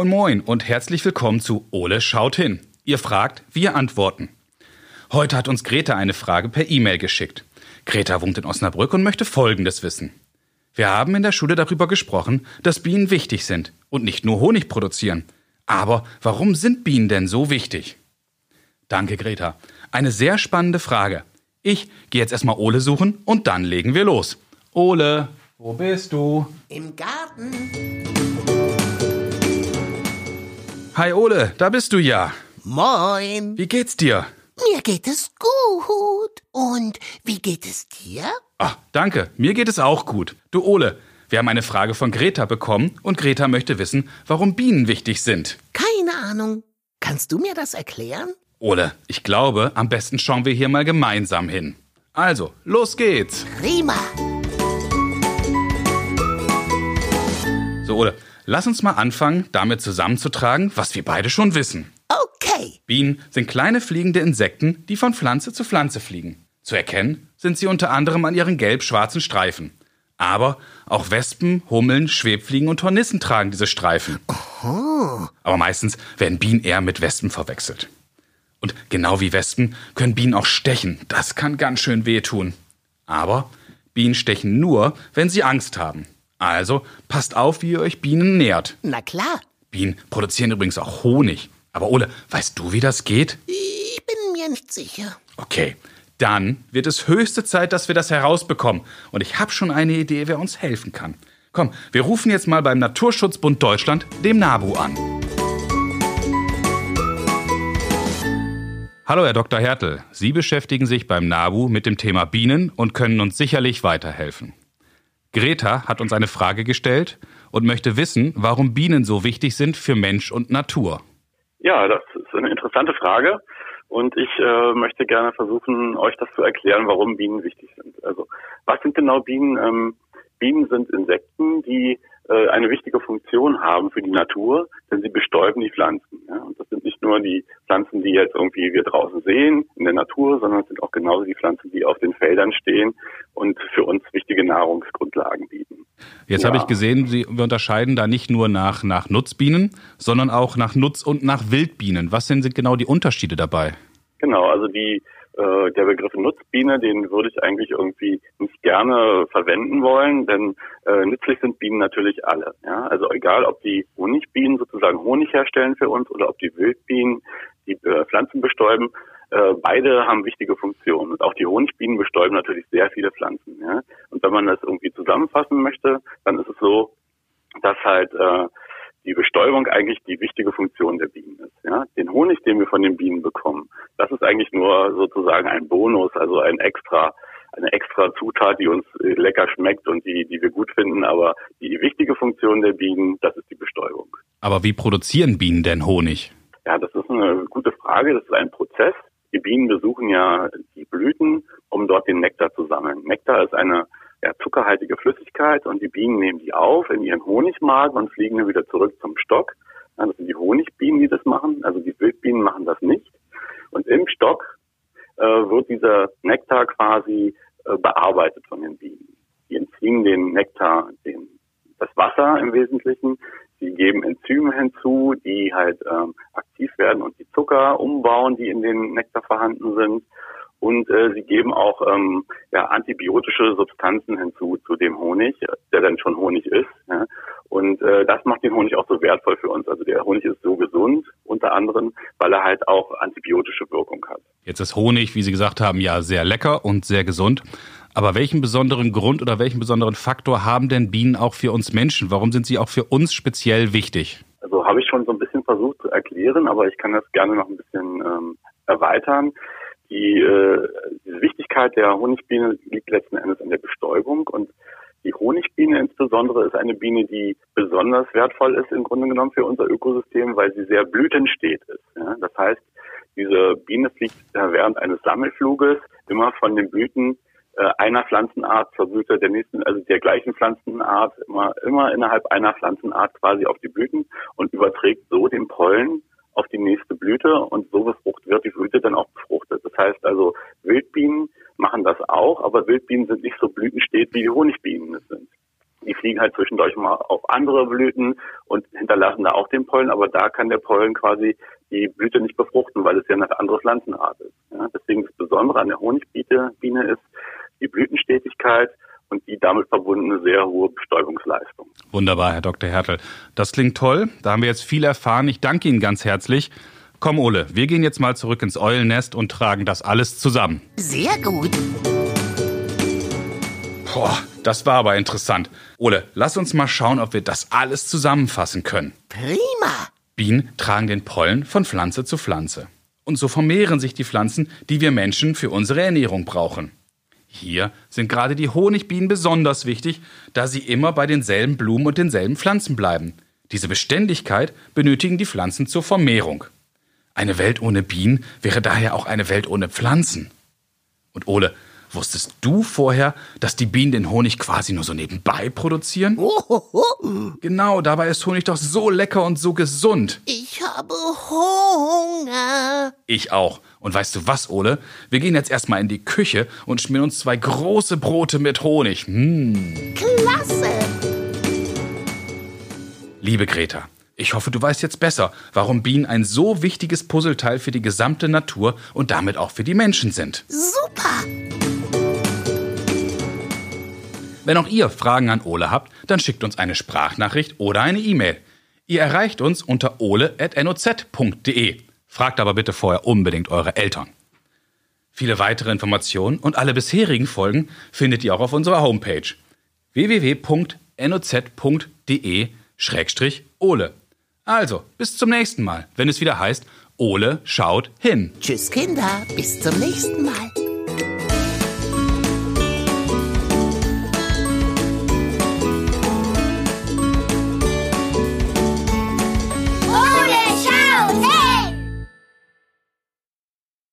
Moin Moin und herzlich willkommen zu Ole schaut hin. Ihr fragt, wir antworten. Heute hat uns Greta eine Frage per E-Mail geschickt. Greta wohnt in Osnabrück und möchte Folgendes wissen. Wir haben in der Schule darüber gesprochen, dass Bienen wichtig sind und nicht nur Honig produzieren. Aber warum sind Bienen denn so wichtig? Danke, Greta. Eine sehr spannende Frage. Ich gehe jetzt erstmal Ole suchen und dann legen wir los. Ole, wo bist du? Im Garten. Hi Ole, da bist du ja. Moin. Wie geht's dir? Mir geht es gut. Und wie geht es dir? Ah, danke. Mir geht es auch gut. Du Ole, wir haben eine Frage von Greta bekommen und Greta möchte wissen, warum Bienen wichtig sind. Keine Ahnung. Kannst du mir das erklären? Ole, ich glaube, am besten schauen wir hier mal gemeinsam hin. Also, los geht's. Prima. So Ole, lass uns mal anfangen, damit zusammenzutragen, was wir beide schon wissen. Okay. Bienen sind kleine fliegende Insekten, die von Pflanze zu Pflanze fliegen. Zu erkennen sind sie unter anderem an ihren gelb-schwarzen Streifen. Aber auch Wespen, Hummeln, Schwebfliegen und Hornissen tragen diese Streifen. Oh. Aber meistens werden Bienen eher mit Wespen verwechselt. Und genau wie Wespen können Bienen auch stechen. Das kann ganz schön wehtun. Aber Bienen stechen nur, wenn sie Angst haben. Also passt auf, wie ihr euch Bienen nähert. Na klar. Bienen produzieren übrigens auch Honig. Aber Ole, weißt du, wie das geht? Ich bin mir nicht sicher. Okay, dann wird es höchste Zeit, dass wir das herausbekommen. Und ich habe schon eine Idee, wer uns helfen kann. Komm, wir rufen jetzt mal beim Naturschutzbund Deutschland, dem NABU, an. Hallo, Herr Dr. Hertel. Sie beschäftigen sich beim NABU mit dem Thema Bienen und können uns sicherlich weiterhelfen. Greta hat uns eine Frage gestellt und möchte wissen, warum Bienen so wichtig sind für Mensch und Natur. Ja, das ist eine interessante Frage und ich möchte gerne versuchen, euch das zu erklären, warum Bienen wichtig sind. Also, was sind genau Bienen? Bienen sind Insekten, die eine wichtige Funktion haben für die Natur, denn sie bestäuben die Pflanzen. Ja? Und das sind nicht nur die Pflanzen, die jetzt irgendwie wir draußen sehen in der Natur, sondern es sind auch genauso die Pflanzen, die auf den Feldern stehen und für uns wichtige Nahrungsgrundlagen bieten. Jetzt habe ich gesehen, wir unterscheiden da nicht nur nach Nutzbienen, sondern auch nach Nutz- und nach Wildbienen. Was sind genau die Unterschiede dabei? Genau, also der Begriff Nutzbiene, den würde ich eigentlich irgendwie nicht gerne verwenden wollen, denn nützlich sind Bienen natürlich alle. Ja? Also egal, ob die Honigbienen sozusagen Honig herstellen für uns oder ob die Wildbienen die Pflanzen bestäuben, beide haben wichtige Funktionen. Und auch die Honigbienen bestäuben natürlich sehr viele Pflanzen. Ja? Und wenn man das irgendwie zusammenfassen möchte, dann ist es so, dass halt die Bestäubung eigentlich die wichtige Funktion der Bienen ist. Ja? Den Honig, den wir von den Bienen bekommen, das ist eigentlich nur sozusagen ein Bonus, also eine extra Zutat, die uns lecker schmeckt und die wir gut finden. Aber die wichtige Funktion der Bienen, das ist die Bestäubung. Aber wie produzieren Bienen denn Honig? Ja, das ist eine gute Frage. Das ist ein Prozess. Die Bienen besuchen ja die Blüten, um dort den Nektar zu sammeln. Nektar ist eine zuckerhaltige Flüssigkeit und die Bienen nehmen die auf in ihren Honigmagen und fliegen dann wieder zurück zum Stock. Ja, das sind die Honigbienen, die das machen. Also die Wildbienen machen das nicht. Und im Stock wird dieser Nektar quasi bearbeitet von den Bienen. Die entziehen den Nektar, das Wasser im Wesentlichen. Sie geben Enzyme hinzu, die halt aktiv werden und die Zucker umbauen, die in den Nektar vorhanden sind. Und sie geben auch antibiotische Substanzen hinzu zu dem Honig, der dann schon Honig ist. Ja. Und das macht den Honig auch so wertvoll für uns. Also der Honig ist so gesund, unter anderem, weil er halt auch antibiotische Wirkung hat. Jetzt ist Honig, wie Sie gesagt haben, ja sehr lecker und sehr gesund. Aber welchen besonderen Grund oder welchen besonderen Faktor haben denn Bienen auch für uns Menschen? Warum sind sie auch für uns speziell wichtig? Also habe ich schon so ein bisschen versucht zu erklären, aber ich kann das gerne noch ein bisschen erweitern. Diese Wichtigkeit der Honigbiene liegt letzten Endes an der Bestäubung und die Honigbiene insbesondere ist eine Biene, die besonders wertvoll ist im Grunde genommen für unser Ökosystem, weil sie sehr blütenstet ist. Ja? Das heißt, diese Biene fliegt während eines Sammelfluges immer von den Blüten einer Pflanzenart zur Blüte der nächsten, also der gleichen Pflanzenart, immer innerhalb einer Pflanzenart quasi auf die Blüten und überträgt so den Pollen auf die nächste Blüte und so wird die Blüte dann auch befruchtet. Das heißt also, Wildbienen machen das auch, aber Wildbienen sind nicht so blütenstet, wie die Honigbienen es sind. Die fliegen halt zwischendurch mal auf andere Blüten und hinterlassen da auch den Pollen, aber da kann der Pollen quasi die Blüte nicht befruchten, weil es ja eine andere Pflanzenart ist. Ja, deswegen das Besondere an der Honigbiene ist die Blütenstetigkeit und die damit verbundene sehr hohe Bestäubungsleistung. Wunderbar, Herr Dr. Hertel. Das klingt toll. Da haben wir jetzt viel erfahren. Ich danke Ihnen ganz herzlich. Komm, Ole, wir gehen jetzt mal zurück ins Eulennest und tragen das alles zusammen. Sehr gut. Boah, das war aber interessant. Ole, lass uns mal schauen, ob wir das alles zusammenfassen können. Prima. Bienen tragen den Pollen von Pflanze zu Pflanze. Und so vermehren sich die Pflanzen, die wir Menschen für unsere Ernährung brauchen. Hier sind gerade die Honigbienen besonders wichtig, da sie immer bei denselben Blumen und denselben Pflanzen bleiben. Diese Beständigkeit benötigen die Pflanzen zur Vermehrung. Eine Welt ohne Bienen wäre daher auch eine Welt ohne Pflanzen. Und Ole, wusstest du vorher, dass die Bienen den Honig quasi nur so nebenbei produzieren? Ohoho. Genau, dabei ist Honig doch so lecker und so gesund. Ich habe Hunger. Ich auch. Und weißt du was, Ole? Wir gehen jetzt erstmal in die Küche und schmieren uns 2 große Brote mit Honig. Klasse. Liebe Greta, ich hoffe, du weißt jetzt besser, warum Bienen ein so wichtiges Puzzleteil für die gesamte Natur und damit auch für die Menschen sind. Super. Wenn auch ihr Fragen an Ole habt, dann schickt uns eine Sprachnachricht oder eine E-Mail. Ihr erreicht uns unter ole@noz.de. Fragt aber bitte vorher unbedingt eure Eltern. Viele weitere Informationen und alle bisherigen Folgen findet ihr auch auf unserer Homepage www.noz.de/Ole. Also, bis zum nächsten Mal, wenn es wieder heißt, Ole schaut hin. Tschüss, Kinder. Bis zum nächsten Mal.